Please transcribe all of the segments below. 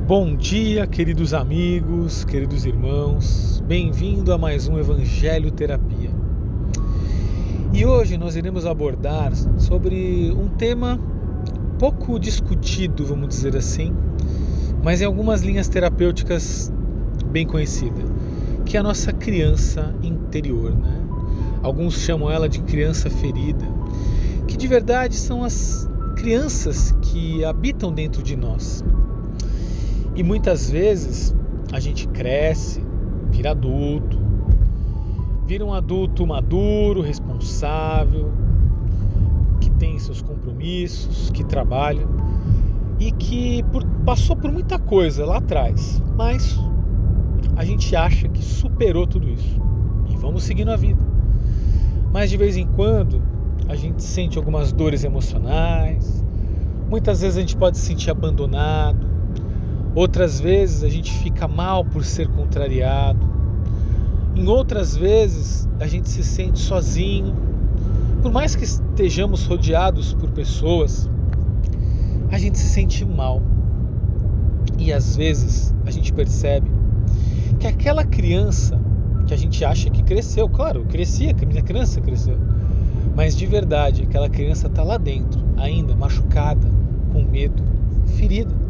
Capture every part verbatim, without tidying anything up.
Bom dia, queridos amigos, queridos irmãos, bem-vindo a mais um Evangelho Terapia. E hoje nós iremos abordar sobre um tema pouco discutido, vamos dizer assim, mas em algumas linhas terapêuticas bem conhecida, que é a nossa criança interior, né? Alguns chamam ela de criança ferida, que de verdade são as crianças que habitam dentro de nós. E muitas vezes a gente cresce, vira adulto, vira um adulto maduro, responsável, que tem seus compromissos, que trabalha e que por, passou por muita coisa lá atrás, mas a gente acha que superou tudo isso e vamos seguindo a vida. Mas de vez em quando a gente sente algumas dores emocionais, muitas vezes a gente pode se sentir abandonado, outras vezes a gente fica mal por ser contrariado. Em outras vezes a gente se sente sozinho. Por mais que estejamos rodeados por pessoas, a gente se sente mal. E às vezes a gente percebe que aquela criança que a gente acha que cresceu, claro, eu cresci, a minha criança cresceu, mas de verdade aquela criança está lá dentro, ainda machucada, com medo, ferida.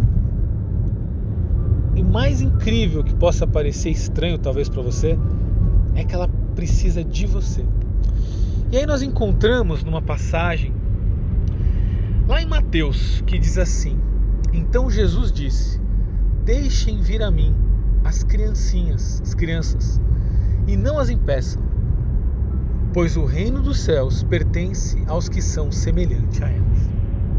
E o mais incrível que possa parecer estranho talvez para você é que ela precisa de você. E aí nós encontramos numa passagem lá em Mateus que diz assim: então Jesus disse, deixem vir a mim as criancinhas, as crianças, e não as impeçam, pois o reino dos céus pertence aos que são semelhantes a elas.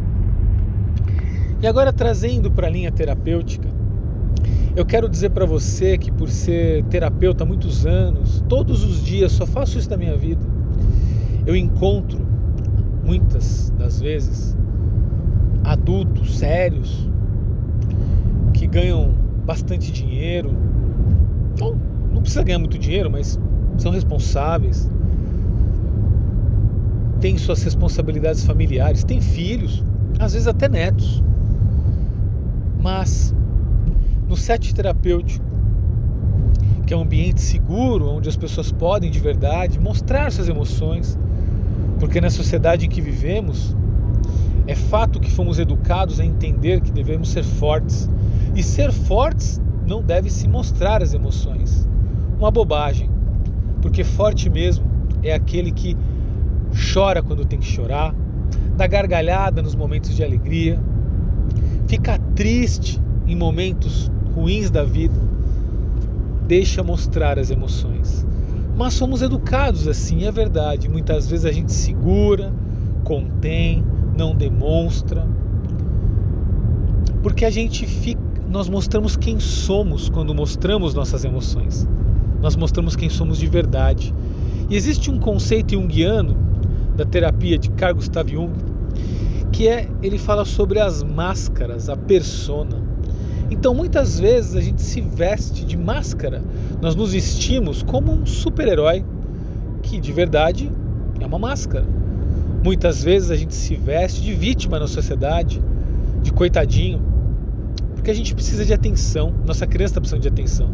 E agora, trazendo para a linha terapêutica, eu quero dizer para você que, por ser terapeuta há muitos anos, todos os dias, só faço isso na minha vida, eu encontro, muitas das vezes, adultos sérios, que ganham bastante dinheiro, não, não precisa ganhar muito dinheiro, mas são responsáveis, têm suas responsabilidades familiares, têm filhos, às vezes até netos, mas no set terapêutico, que é um ambiente seguro, onde as pessoas podem de verdade mostrar suas emoções, porque na sociedade em que vivemos, é fato que fomos educados a entender que devemos ser fortes, e ser fortes não deve se mostrar as emoções. Uma bobagem, porque forte mesmo é aquele que chora quando tem que chorar, dá gargalhada nos momentos de alegria, fica triste em momentos ruins da vida, deixa mostrar as emoções. Mas somos educados assim, é verdade. Muitas vezes a gente segura, contém, não demonstra, porque a gente fica, nós mostramos quem somos quando mostramos nossas emoções. Nós mostramos quem somos de verdade. E existe um conceito junguiano da terapia de Carl Gustav Jung, que é, ele fala sobre as máscaras, a persona. Então muitas vezes a gente se veste de máscara, nós nos vestimos como um super-herói, que de verdade é uma máscara. Muitas vezes a gente se veste de vítima na sociedade, de coitadinho, porque a gente precisa de atenção, nossa criança está precisando de atenção.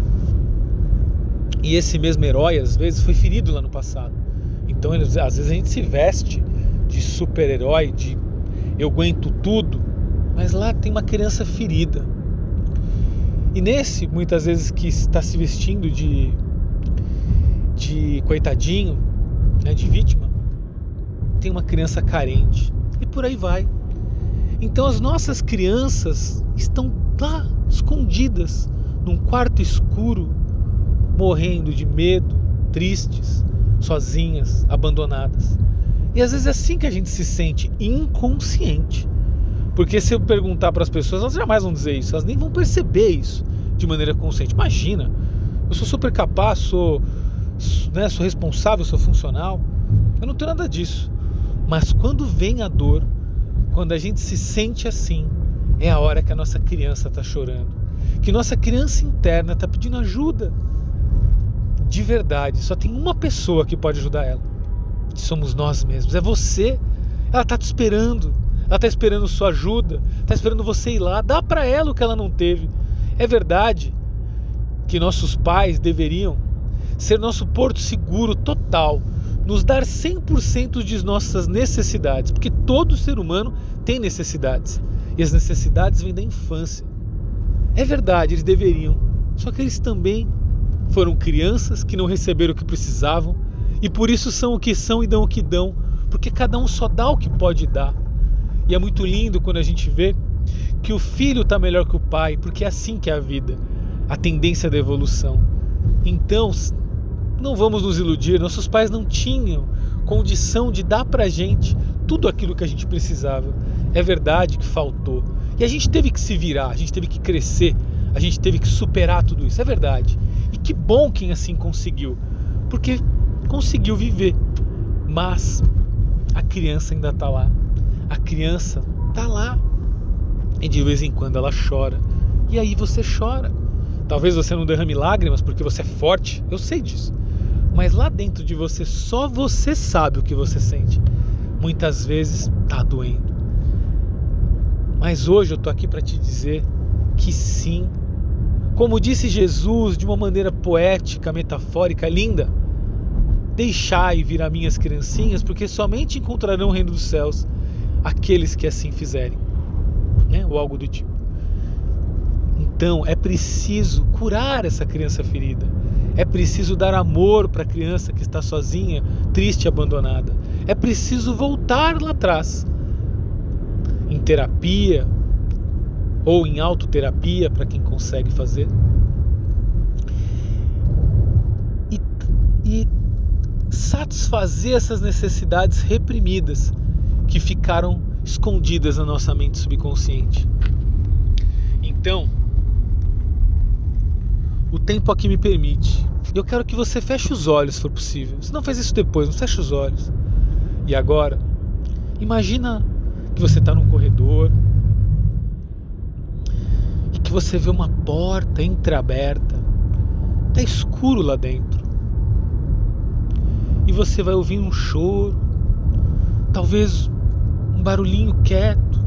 E esse mesmo herói às vezes foi ferido lá no passado, então às vezes a gente se veste de super-herói, de eu aguento tudo, mas lá tem uma criança ferida. E nesse, muitas vezes, que está se vestindo de, de coitadinho, né, de vítima, tem uma criança carente. E por aí vai. Então as nossas crianças estão lá, escondidas, num quarto escuro, morrendo de medo, tristes, sozinhas, abandonadas. E às vezes é assim que a gente se sente, inconsciente. Porque se eu perguntar para as pessoas, elas jamais vão dizer isso, elas nem vão perceber isso de maneira consciente. Imagina, eu sou super capaz, sou, né, sou responsável, sou funcional, eu não tenho nada disso. Mas quando vem a dor, quando a gente se sente assim, é a hora que a nossa criança está chorando, que nossa criança interna está pedindo ajuda. De verdade, só tem uma pessoa que pode ajudar ela, que somos nós mesmos, é você. Ela está te esperando. ela está esperando sua ajuda, está esperando você ir lá, dá para ela o que ela não teve. É verdade que nossos pais deveriam ser nosso porto seguro total, nos dar cem por cento de nossas necessidades, porque todo ser humano tem necessidades, e as necessidades vêm da infância. É verdade, eles deveriam, só que eles também foram crianças que não receberam o que precisavam, e por isso são o que são e dão o que dão, porque cada um só dá o que pode dar. E é muito lindo quando a gente vê que o filho está melhor que o pai, porque é assim que é a vida, a tendência da evolução. Então, não vamos nos iludir, nossos pais não tinham condição de dar pra gente tudo aquilo que a gente precisava. É verdade que faltou. E a gente teve que se virar, a gente teve que crescer, a gente teve que superar tudo isso, é verdade. E que bom quem assim conseguiu, porque conseguiu viver. Mas a criança ainda tá lá. A criança tá lá. E de vez em quando ela chora. E aí você chora. Talvez você não derrame lágrimas porque você é forte, eu sei disso. Mas lá dentro de você, só você sabe o que você sente. Muitas vezes tá doendo. Mas hoje eu tô aqui para te dizer que sim. Como disse Jesus de uma maneira poética, metafórica, linda: deixai vir a minhas criancinhas, porque somente encontrarão o reino dos céus aqueles que assim fizerem, né? Ou algo do tipo. Então é preciso curar essa criança ferida. É preciso dar amor para a criança que está sozinha, triste e abandonada. É preciso voltar lá atrás, em terapia ou em autoterapia, para quem consegue fazer. E, e satisfazer essas necessidades reprimidas que ficaram escondidas na nossa mente subconsciente. Então, o tempo aqui me permite. Eu quero que você feche os olhos, se for possível. Se não faz isso depois, não feche os olhos. E agora, imagina que você está num corredor e que você vê uma porta entreaberta. Está escuro lá dentro. E você vai ouvir um choro, talvez um barulhinho quieto.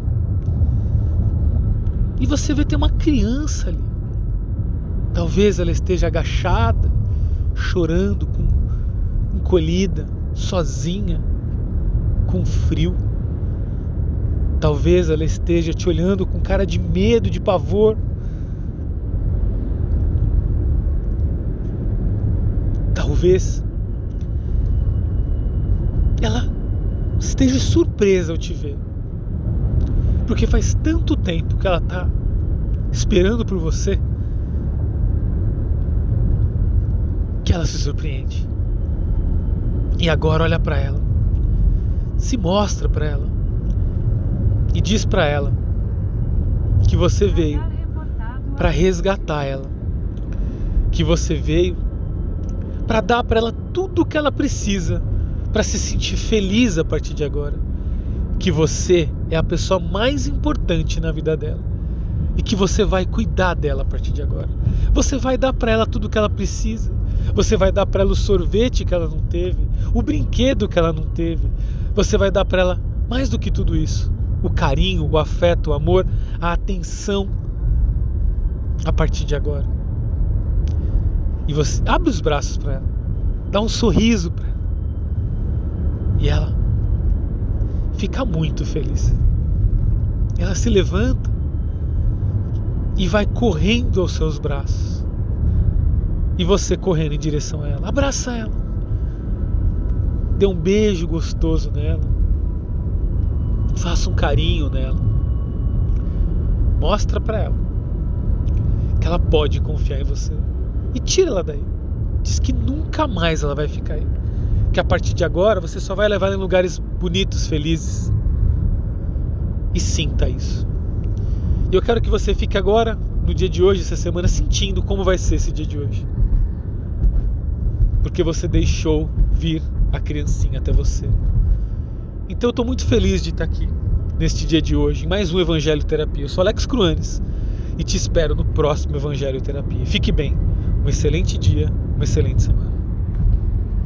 E você vê ter uma criança ali. Talvez ela esteja agachada, chorando, com, encolhida, sozinha, com frio. Talvez ela esteja te olhando com cara de medo, de pavor. Talvez ela esteja surpresa ao te ver, porque faz tanto tempo que ela está esperando por você, que ela se surpreende. E agora olha para ela, se mostra para ela e diz para ela que você veio para resgatar ela, que você veio para dar para ela tudo o que ela precisa para se sentir feliz a partir de agora, que você é a pessoa mais importante na vida dela e que você vai cuidar dela a partir de agora. Você vai dar para ela tudo o que ela precisa. Você vai dar para ela o sorvete que ela não teve, o brinquedo que ela não teve. Você vai dar para ela mais do que tudo isso: o carinho, o afeto, o amor, a atenção a partir de agora. E você abre os braços para ela, dá um sorriso para ela, e ela fica muito feliz. Ela se levanta e vai correndo aos seus braços. E você correndo em direção a ela, abraça ela, dê um beijo gostoso nela, faça um carinho nela, mostra pra ela que ela pode confiar em você e tira ela daí. Diz que nunca mais ela vai ficar aí, que a partir de agora você só vai levar ela em lugares bonitos, felizes. E sinta isso. E eu quero que você fique agora, no dia de hoje, essa semana, sentindo como vai ser esse dia de hoje, porque você deixou vir a criancinha até você. Então eu estou muito feliz de estar aqui neste dia de hoje, em mais um Evangelho Terapia. Eu sou Alex Cruanes e te espero no próximo Evangelho Terapia. Fique bem, um excelente dia, uma excelente semana.